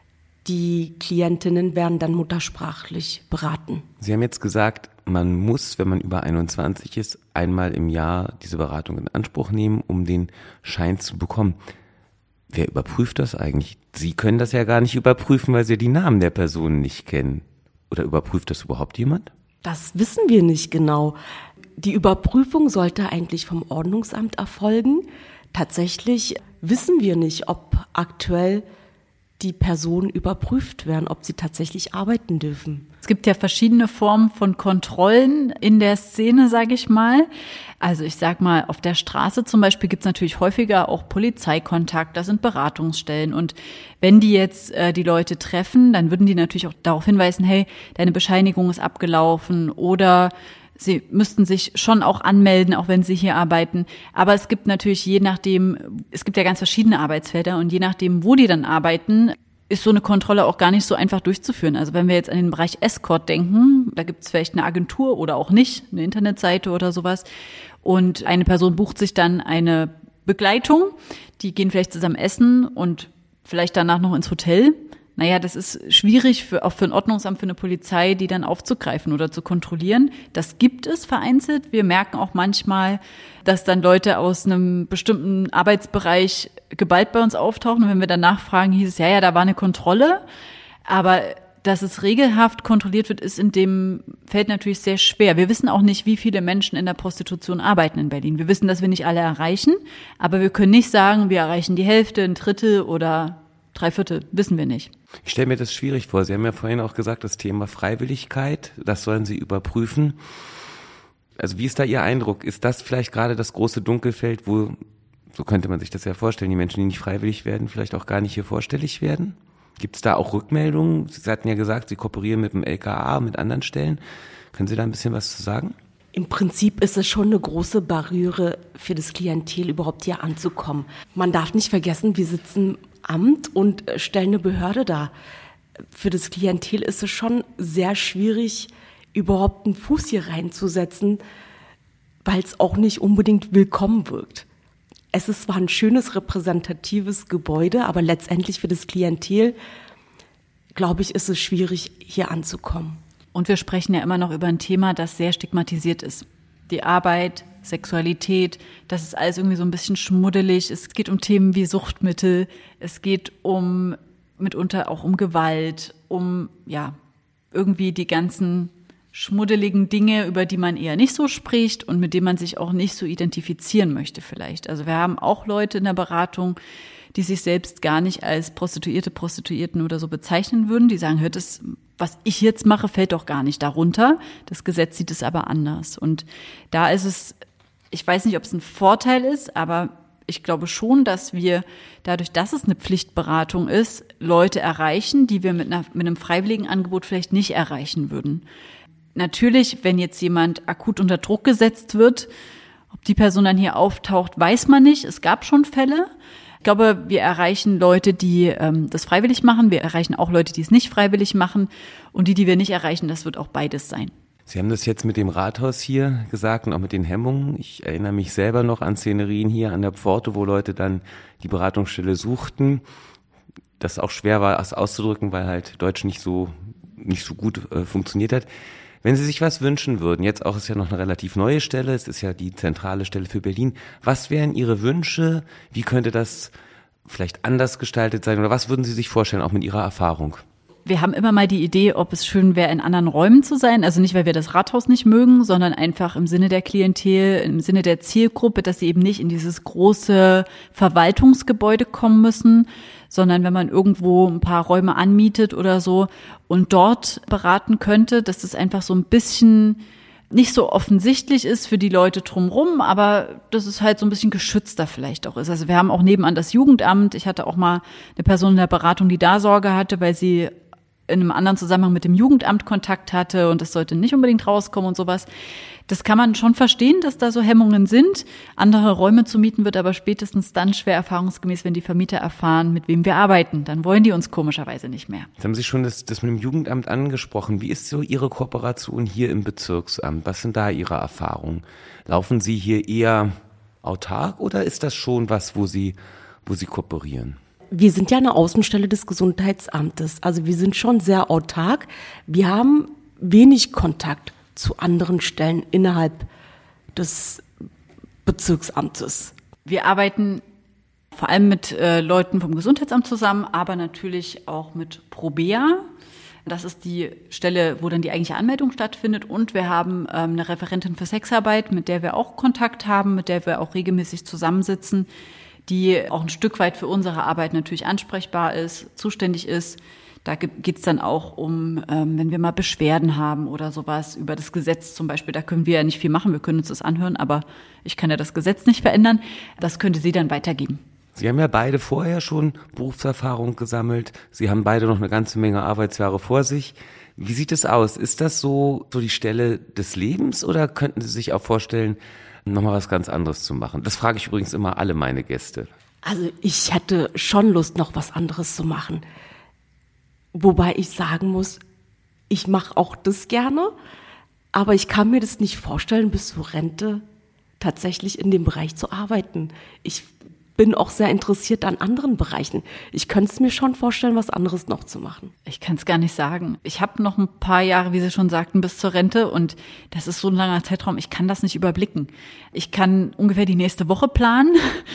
die Klientinnen werden dann muttersprachlich beraten. Sie haben jetzt gesagt, man muss, wenn man über einundzwanzig ist, einmal im Jahr diese Beratung in Anspruch nehmen, um den Schein zu bekommen. Wer überprüft das eigentlich? Sie können das ja gar nicht überprüfen, weil Sie die Namen der Personen nicht kennen. Oder überprüft das überhaupt jemand? Das wissen wir nicht genau. Die Überprüfung sollte eigentlich vom Ordnungsamt erfolgen. Tatsächlich wissen wir nicht, ob aktuell die Personen überprüft werden, ob sie tatsächlich arbeiten dürfen. Es gibt ja verschiedene Formen von Kontrollen in der Szene, sage ich mal. Also ich sag mal, auf der Straße zum Beispiel gibt es natürlich häufiger auch Polizeikontakt, das sind Beratungsstellen. Und wenn die jetzt äh, die Leute treffen, dann würden die natürlich auch darauf hinweisen, hey, deine Bescheinigung ist abgelaufen oder Sie müssten sich schon auch anmelden, auch wenn Sie hier arbeiten. Aber es gibt natürlich je nachdem, es gibt ja ganz verschiedene Arbeitsfelder und je nachdem, wo die dann arbeiten, ist so eine Kontrolle auch gar nicht so einfach durchzuführen. Also wenn wir jetzt an den Bereich Escort denken, da gibt es vielleicht eine Agentur oder auch nicht, eine Internetseite oder sowas. Und eine Person bucht sich dann eine Begleitung, die gehen vielleicht zusammen essen und vielleicht danach noch ins Hotel. Naja, das ist schwierig für, auch für ein Ordnungsamt, für eine Polizei, die dann aufzugreifen oder zu kontrollieren. Das gibt es vereinzelt. Wir merken auch manchmal, dass dann Leute aus einem bestimmten Arbeitsbereich geballt bei uns auftauchen. Und wenn wir dann nachfragen, hieß es, ja, ja, da war eine Kontrolle. Aber dass es regelhaft kontrolliert wird, ist in dem Feld natürlich sehr schwer. Wir wissen auch nicht, wie viele Menschen in der Prostitution arbeiten in Berlin. Wir wissen, dass wir nicht alle erreichen. Aber wir können nicht sagen, wir erreichen die Hälfte, ein Drittel oder drei Viertel, wissen wir nicht. Ich stelle mir das schwierig vor. Sie haben ja vorhin auch gesagt, das Thema Freiwilligkeit, das sollen Sie überprüfen. Also wie ist da Ihr Eindruck? Ist das vielleicht gerade das große Dunkelfeld, wo, so könnte man sich das ja vorstellen, die Menschen, die nicht freiwillig werden, vielleicht auch gar nicht hier vorstellig werden? Gibt es da auch Rückmeldungen? Sie hatten ja gesagt, Sie kooperieren mit dem L K A, mit anderen Stellen. Können Sie da ein bisschen was zu sagen? Im Prinzip ist es schon eine große Barriere für das Klientel, überhaupt hier anzukommen. Man darf nicht vergessen, wir sitzen im Amt und stellen eine Behörde dar. Für das Klientel ist es schon sehr schwierig, überhaupt einen Fuß hier reinzusetzen, weil es auch nicht unbedingt willkommen wirkt. Es ist zwar ein schönes, repräsentatives Gebäude, aber letztendlich für das Klientel, glaube ich, ist es schwierig, hier anzukommen. Und wir sprechen ja immer noch über ein Thema, das sehr stigmatisiert ist. Die Arbeit, Sexualität, das ist alles irgendwie so ein bisschen schmuddelig. Es geht um Themen wie Suchtmittel, es geht um mitunter auch um Gewalt, um ja irgendwie die ganzen schmuddeligen Dinge, über die man eher nicht so spricht und mit denen man sich auch nicht so identifizieren möchte vielleicht. Also wir haben auch Leute in der Beratung, die sich selbst gar nicht als Prostituierte, Prostituierten oder so bezeichnen würden. Die sagen, hört es, was ich jetzt mache, fällt doch gar nicht darunter. Das Gesetz sieht es aber anders. Und da ist es, ich weiß nicht, ob es ein Vorteil ist, aber ich glaube schon, dass wir dadurch, dass es eine Pflichtberatung ist, Leute erreichen, die wir mit, einer, mit einem freiwilligen Angebot vielleicht nicht erreichen würden. Natürlich, wenn jetzt jemand akut unter Druck gesetzt wird, ob die Person dann hier auftaucht, weiß man nicht. Es gab schon Fälle. Ich glaube, wir erreichen Leute, die ähm, das freiwillig machen. Wir erreichen auch Leute, die es nicht freiwillig machen. Und die, die wir nicht erreichen, das wird auch beides sein. Sie haben das jetzt mit dem Rathaus hier gesagt und auch mit den Hemmungen. Ich erinnere mich selber noch an Szenerien hier an der Pforte, wo Leute dann die Beratungsstelle suchten. Das auch schwer war, das auszudrücken, weil halt Deutsch nicht so, nicht so gut äh, funktioniert hat. Wenn Sie sich was wünschen würden, jetzt auch ist ja noch eine relativ neue Stelle, es ist ja die zentrale Stelle für Berlin. Was wären Ihre Wünsche? Wie könnte das vielleicht anders gestaltet sein? Oder was würden Sie sich vorstellen, auch mit Ihrer Erfahrung? Wir haben immer mal die Idee, ob es schön wäre, in anderen Räumen zu sein. Also nicht, weil wir das Rathaus nicht mögen, sondern einfach im Sinne der Klientel, im Sinne der Zielgruppe, dass sie eben nicht in dieses große Verwaltungsgebäude kommen müssen, sondern wenn man irgendwo ein paar Räume anmietet oder so und dort beraten könnte, dass das einfach so ein bisschen nicht so offensichtlich ist für die Leute drumherum, aber dass es halt so ein bisschen geschützter vielleicht auch ist. Also wir haben auch nebenan das Jugendamt. Ich hatte auch mal eine Person in der Beratung, die da Sorge hatte, weil sie in einem anderen Zusammenhang mit dem Jugendamt Kontakt hatte und das sollte nicht unbedingt rauskommen und sowas. Das kann man schon verstehen, dass da so Hemmungen sind. Andere Räume zu mieten wird aber spätestens dann schwer erfahrungsgemäß, wenn die Vermieter erfahren, mit wem wir arbeiten. Dann wollen die uns komischerweise nicht mehr. Jetzt haben Sie schon das, das mit dem Jugendamt angesprochen. Wie ist so Ihre Kooperation hier im Bezirksamt? Was sind da Ihre Erfahrungen? Laufen Sie hier eher autark oder ist das schon was, wo Sie, wo Sie kooperieren? Wir sind ja eine Außenstelle des Gesundheitsamtes. Also wir sind schon sehr autark. Wir haben wenig Kontakt zu anderen Stellen innerhalb des Bezirksamtes. Wir arbeiten vor allem mit äh, Leuten vom Gesundheitsamt zusammen, aber natürlich auch mit Probea. Das ist die Stelle, wo dann die eigentliche Anmeldung stattfindet. Und wir haben ähm, eine Referentin für Sexarbeit, mit der wir auch Kontakt haben, mit der wir auch regelmäßig zusammensitzen, die auch ein Stück weit für unsere Arbeit natürlich ansprechbar ist, zuständig ist. Da geht's dann auch um, ähm, wenn wir mal Beschwerden haben oder sowas über das Gesetz zum Beispiel. Da können wir ja nicht viel machen, wir können uns das anhören, aber ich kann ja das Gesetz nicht verändern. Das könnte sie dann weitergeben. Sie haben ja beide vorher schon Berufserfahrung gesammelt. Sie haben beide noch eine ganze Menge Arbeitsjahre vor sich. Wie sieht es aus? Ist das so, so die Stelle des Lebens oder könnten Sie sich auch vorstellen, nochmal was ganz anderes zu machen? Das frage ich übrigens immer alle meine Gäste. Also ich hätte schon Lust, noch was anderes zu machen. Wobei ich sagen muss, ich mache auch das gerne, aber ich kann mir das nicht vorstellen, bis zur Rente tatsächlich in dem Bereich zu arbeiten. Ich bin auch sehr interessiert an anderen Bereichen. Ich könnte es mir schon vorstellen, was anderes noch zu machen. Ich kann es gar nicht sagen. Ich habe noch ein paar Jahre, wie Sie schon sagten, bis zur Rente und das ist so ein langer Zeitraum, ich kann das nicht überblicken. Ich kann ungefähr die nächste Woche planen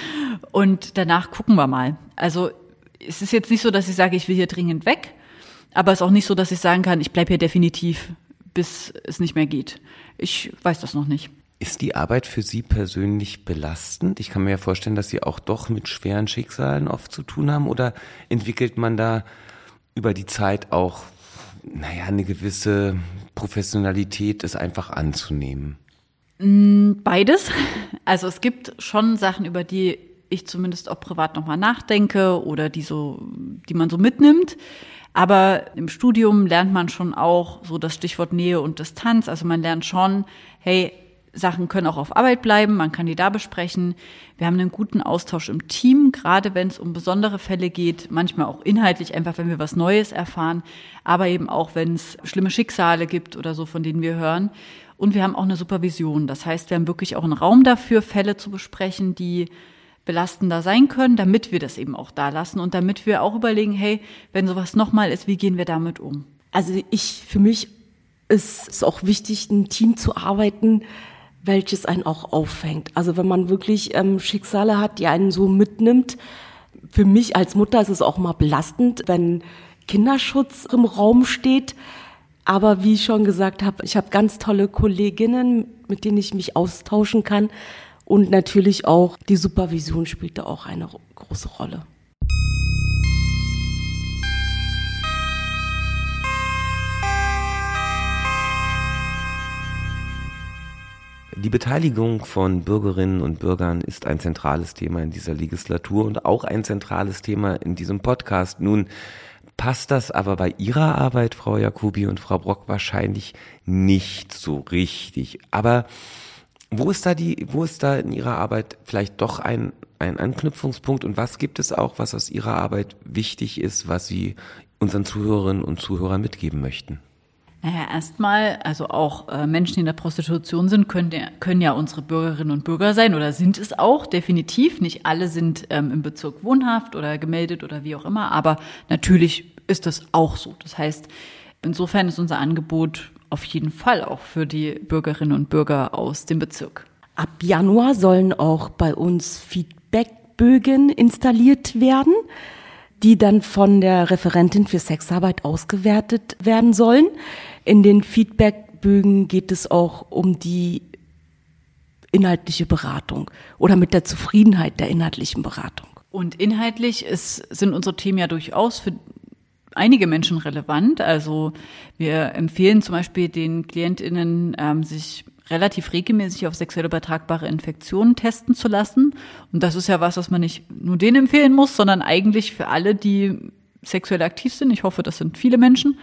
und danach gucken wir mal. Also es ist jetzt nicht so, dass ich sage, ich will hier dringend weg, aber es ist auch nicht so, dass ich sagen kann, ich bleibe hier definitiv, bis es nicht mehr geht. Ich weiß das noch nicht. Ist die Arbeit für Sie persönlich belastend? Ich kann mir ja vorstellen, dass Sie auch doch mit schweren Schicksalen oft zu tun haben. Oder entwickelt man da über die Zeit auch, naja, eine gewisse Professionalität, es einfach anzunehmen? Beides. Also es gibt schon Sachen, über die ich zumindest auch privat nochmal nachdenke oder die so, die man so mitnimmt. Aber im Studium lernt man schon auch so das Stichwort Nähe und Distanz. Also man lernt schon, hey, Sachen können auch auf Arbeit bleiben, man kann die da besprechen. Wir haben einen guten Austausch im Team, gerade wenn es um besondere Fälle geht, manchmal auch inhaltlich, einfach wenn wir was Neues erfahren, aber eben auch, wenn es schlimme Schicksale gibt oder so, von denen wir hören. Und wir haben auch eine Supervision. Das heißt, wir haben wirklich auch einen Raum dafür, Fälle zu besprechen, die belastender sein können, damit wir das eben auch da lassen und damit wir auch überlegen, hey, wenn sowas nochmal ist, wie gehen wir damit um? Also ich, für mich ist es auch wichtig, ein Team zu arbeiten, welches einen auch auffängt. Also wenn man wirklich ähm, Schicksale hat, die einen so mitnimmt. Für mich als Mutter ist es auch mal belastend, wenn Kinderschutz im Raum steht. Aber wie ich schon gesagt habe, ich habe ganz tolle Kolleginnen, mit denen ich mich austauschen kann. Und natürlich auch die Supervision spielt da auch eine große Rolle. Die Beteiligung von Bürgerinnen und Bürgern ist ein zentrales Thema in dieser Legislatur und auch ein zentrales Thema in diesem Podcast. Nun passt das aber bei Ihrer Arbeit, Frau Jacobi und Frau Brock, wahrscheinlich nicht so richtig. Aber wo ist da die, wo ist da in Ihrer Arbeit vielleicht doch ein, ein Anknüpfungspunkt und was gibt es auch, was aus Ihrer Arbeit wichtig ist, was Sie unseren Zuhörerinnen und Zuhörern mitgeben möchten? Naja, erstmal, also auch äh, Menschen, die in der Prostitution sind, können, können ja unsere Bürgerinnen und Bürger sein oder sind es auch, definitiv. Nicht alle sind ähm, im Bezirk wohnhaft oder gemeldet oder wie auch immer, aber natürlich ist das auch so. Das heißt, insofern ist unser Angebot auf jeden Fall auch für die Bürgerinnen und Bürger aus dem Bezirk. Ab Januar sollen auch bei uns Feedbackbögen installiert werden, die dann von der Referentin für Sexarbeit ausgewertet werden sollen. In den Feedbackbögen geht es auch um die inhaltliche Beratung oder mit der Zufriedenheit der inhaltlichen Beratung. Und inhaltlich ist, sind unsere Themen ja durchaus für einige Menschen relevant. Also wir empfehlen zum Beispiel den KlientInnen, ähm, sich relativ regelmäßig auf sexuell übertragbare Infektionen testen zu lassen. Und das ist ja was, was man nicht nur denen empfehlen muss, sondern eigentlich für alle, die sexuell aktiv sind. Ich hoffe, das sind viele Menschen.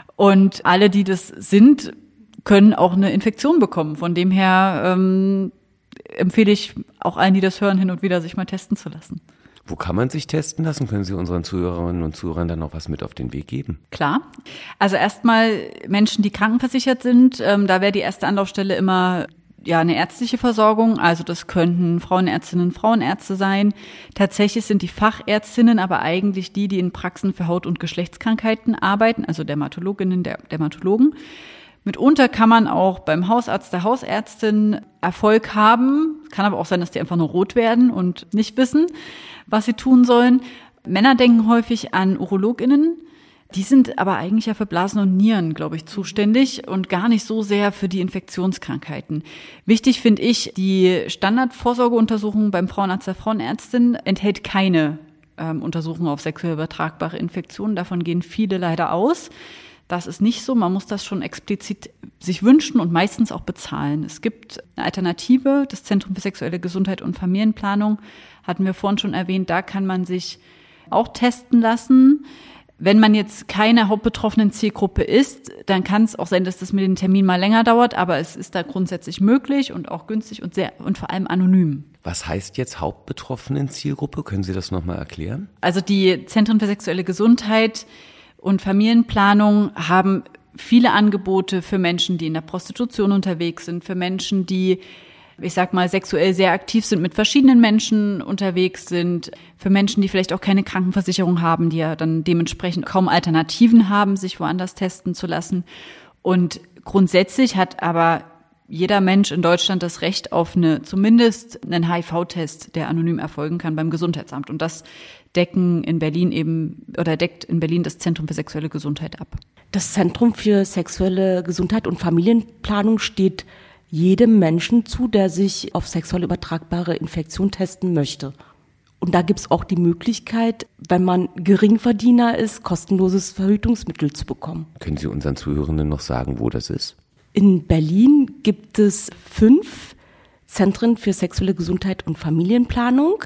Und alle, die das sind, können auch eine Infektion bekommen. Von dem her ähm, empfehle ich auch allen, die das hören, hin und wieder sich mal testen zu lassen. Wo kann man sich testen lassen? Können Sie unseren Zuhörerinnen und Zuhörern dann noch was mit auf den Weg geben? Klar. Also erstmal Menschen, die krankenversichert sind. Ähm, da wäre die erste Anlaufstelle immer ja eine ärztliche Versorgung. Also das könnten Frauenärztinnen, Frauenärzte sein. Tatsächlich sind die Fachärztinnen aber eigentlich die, die in Praxen für Haut- und Geschlechtskrankheiten arbeiten, also Dermatologinnen, der Dermatologen. Mitunter kann man auch beim Hausarzt, der Hausärztin Erfolg haben. Kann aber auch sein, dass die einfach nur rot werden und nicht wissen, was sie tun sollen. Männer denken häufig an UrologInnen. Die sind aber eigentlich ja für Blasen und Nieren, glaube ich, zuständig und gar nicht so sehr für die Infektionskrankheiten. Wichtig finde ich, die Standardvorsorgeuntersuchung beim Frauenarzt, der Frauenärztin enthält keine ähm, Untersuchung auf sexuell übertragbare Infektionen. Davon gehen viele leider aus. Das ist nicht so. Man muss das schon explizit sich wünschen und meistens auch bezahlen. Es gibt eine Alternative, das Zentrum für sexuelle Gesundheit und Familienplanung, hatten wir vorhin schon erwähnt. Da kann man sich auch testen lassen. Wenn man jetzt keine hauptbetroffenen Zielgruppe ist, dann kann es auch sein, dass das mit dem Termin mal länger dauert, aber es ist da grundsätzlich möglich und auch günstig und sehr und vor allem anonym. Was heißt jetzt hauptbetroffenen Zielgruppe? Können Sie das nochmal erklären? Also die Zentren für sexuelle Gesundheit und Familienplanung haben viele Angebote für Menschen, die in der Prostitution unterwegs sind, für Menschen, die, ich sag mal, sexuell sehr aktiv sind, mit verschiedenen Menschen unterwegs sind, für Menschen, die vielleicht auch keine Krankenversicherung haben, die ja dann dementsprechend kaum Alternativen haben, sich woanders testen zu lassen. Und grundsätzlich hat aber jeder Mensch in Deutschland das Recht auf eine, zumindest einen H I V-Test, der anonym erfolgen kann beim Gesundheitsamt. Und das decken in Berlin eben, oder deckt in Berlin das Zentrum für sexuelle Gesundheit ab. Das Zentrum für sexuelle Gesundheit und Familienplanung steht jedem Menschen zu, der sich auf sexuell übertragbare Infektion testen möchte. Und da gibt es auch die Möglichkeit, wenn man Geringverdiener ist, kostenloses Verhütungsmittel zu bekommen. Können Sie unseren Zuhörenden noch sagen, wo das ist? In Berlin gibt es fünf Zentren für sexuelle Gesundheit und Familienplanung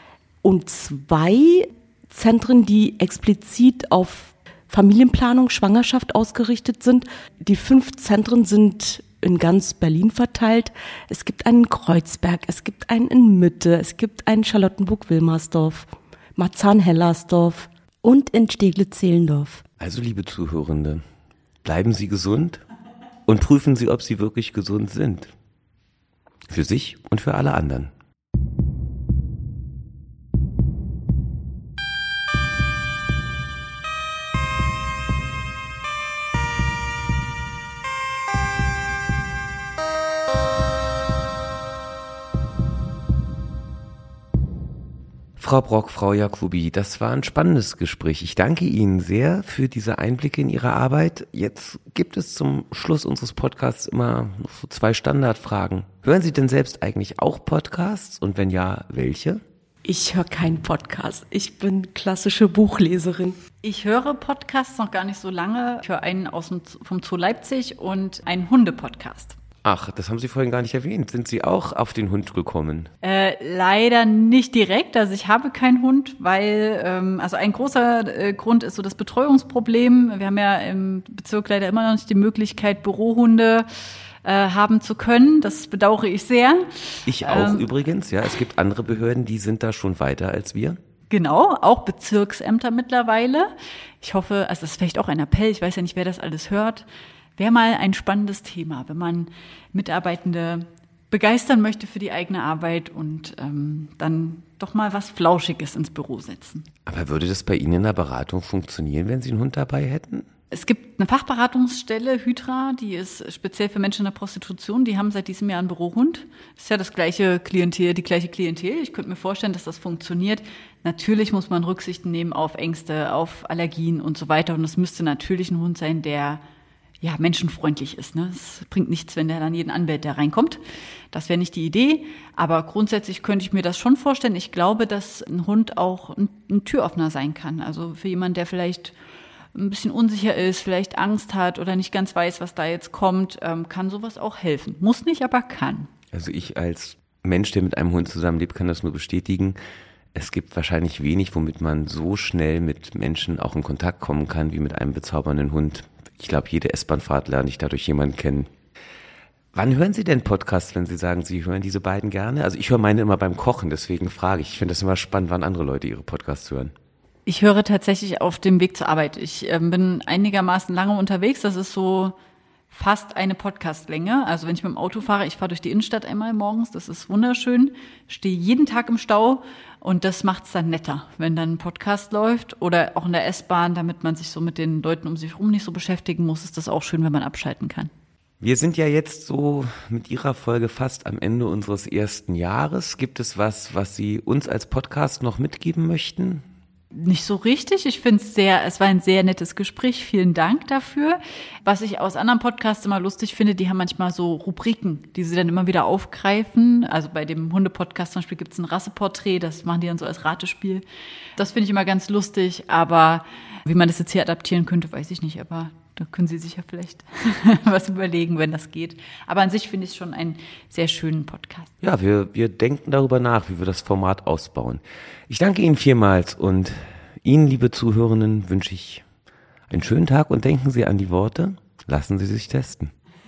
und zwei Zentren, die explizit auf Familienplanung, Schwangerschaft ausgerichtet sind. Die fünf Zentren sind in ganz Berlin verteilt. Es gibt einen in Kreuzberg, es gibt einen in Mitte, es gibt einen in Charlottenburg-Wilmersdorf, Marzahn-Hellersdorf und in Steglitz-Zehlendorf. Also, liebe Zuhörende, bleiben Sie gesund und prüfen Sie, ob Sie wirklich gesund sind. Für sich und für alle anderen. Frau Brock, Frau Jacobi, das war ein spannendes Gespräch. Ich danke Ihnen sehr für diese Einblicke in Ihre Arbeit. Jetzt gibt es zum Schluss unseres Podcasts immer so zwei Standardfragen. Hören Sie denn selbst eigentlich auch Podcasts und wenn ja, welche? Ich höre keinen Podcast. Ich bin klassische Buchleserin. Ich höre Podcasts noch gar nicht so lange. Ich höre einen aus dem, vom Zoo Leipzig und einen Hunde-Podcast. Ach, das haben Sie vorhin gar nicht erwähnt. Sind Sie auch auf den Hund gekommen? Äh, leider nicht direkt. Also ich habe keinen Hund, weil, ähm, also ein großer äh, Grund ist so das Betreuungsproblem. Wir haben ja im Bezirk leider immer noch nicht die Möglichkeit, Bürohunde äh, haben zu können. Das bedauere ich sehr. Ich auch ähm, übrigens, ja. Es gibt andere Behörden, die sind da schon weiter als wir. Genau, auch Bezirksämter mittlerweile. Ich hoffe, also das ist vielleicht auch ein Appell, ich weiß ja nicht, wer das alles hört. Wäre mal ein spannendes Thema, wenn man Mitarbeitende begeistern möchte für die eigene Arbeit und ähm, dann doch mal was Flauschiges ins Büro setzen. Aber würde das bei Ihnen in der Beratung funktionieren, wenn Sie einen Hund dabei hätten? Es gibt eine Fachberatungsstelle, Hydra, die ist speziell für Menschen in der Prostitution. Die haben seit diesem Jahr einen Bürohund. Das ist ja das gleiche Klientel, die gleiche Klientel. Ich könnte mir vorstellen, dass das funktioniert. Natürlich muss man Rücksichten nehmen auf Ängste, auf Allergien und so weiter. Und es müsste natürlich ein Hund sein, der ja menschenfreundlich ist. Ne? Es bringt nichts, wenn der dann jeden anbellt, der reinkommt. Das wäre nicht die Idee. Aber grundsätzlich könnte ich mir das schon vorstellen. Ich glaube, dass ein Hund auch ein, ein Türöffner sein kann. Also für jemanden, der vielleicht ein bisschen unsicher ist, vielleicht Angst hat oder nicht ganz weiß, was da jetzt kommt, ähm, kann sowas auch helfen. Muss nicht, aber kann. Also ich als Mensch, der mit einem Hund zusammenlebt, kann das nur bestätigen. Es gibt wahrscheinlich wenig, womit man so schnell mit Menschen auch in Kontakt kommen kann, wie mit einem bezaubernden Hund. Ich glaube, jede S-Bahn-Fahrt lerne ich dadurch jemanden kennen. Wann hören Sie denn Podcasts, wenn Sie sagen, Sie hören diese beiden gerne? Also ich höre meine immer beim Kochen, deswegen frage ich. Ich finde das immer spannend, wann andere Leute ihre Podcasts hören. Ich höre tatsächlich auf dem Weg zur Arbeit. Ich äh, bin einigermaßen lange unterwegs. Das ist so fast eine Podcastlänge. Also wenn ich mit dem Auto fahre, ich fahre durch die Innenstadt einmal morgens. Das ist wunderschön. Stehe jeden Tag im Stau und das macht es dann netter, wenn dann ein Podcast läuft oder auch in der S-Bahn, damit man sich so mit den Leuten um sich herum nicht so beschäftigen muss, ist das auch schön, wenn man abschalten kann. Wir sind ja jetzt so mit Ihrer Folge fast am Ende unseres ersten Jahres. Gibt es was, was Sie uns als Podcast noch mitgeben möchten? Nicht so richtig. Ich finde es sehr, es war ein sehr nettes Gespräch. Vielen Dank dafür. Was ich aus anderen Podcasts immer lustig finde, die haben manchmal so Rubriken, die sie dann immer wieder aufgreifen. Also bei dem Hunde-Podcast zum Beispiel gibt es ein Rasseporträt, das machen die dann so als Ratespiel. Das finde ich immer ganz lustig, aber wie man das jetzt hier adaptieren könnte, weiß ich nicht, aber da können Sie sich ja vielleicht was überlegen, wenn das geht. Aber an sich finde ich es schon einen sehr schönen Podcast. Ja, wir, wir denken darüber nach, wie wir das Format ausbauen. Ich danke Ihnen vielmals und Ihnen, liebe Zuhörenden, wünsche ich einen schönen Tag und denken Sie an die Worte, lassen Sie sich testen.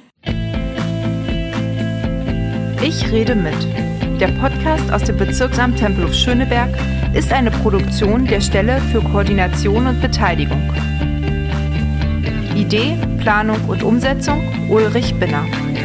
Ich rede mit. Der Podcast aus dem Bezirksamt Tempelhof-Schöneberg ist eine Produktion der Stelle für Koordination und Beteiligung. Idee, Planung und Umsetzung Ulrich Binner.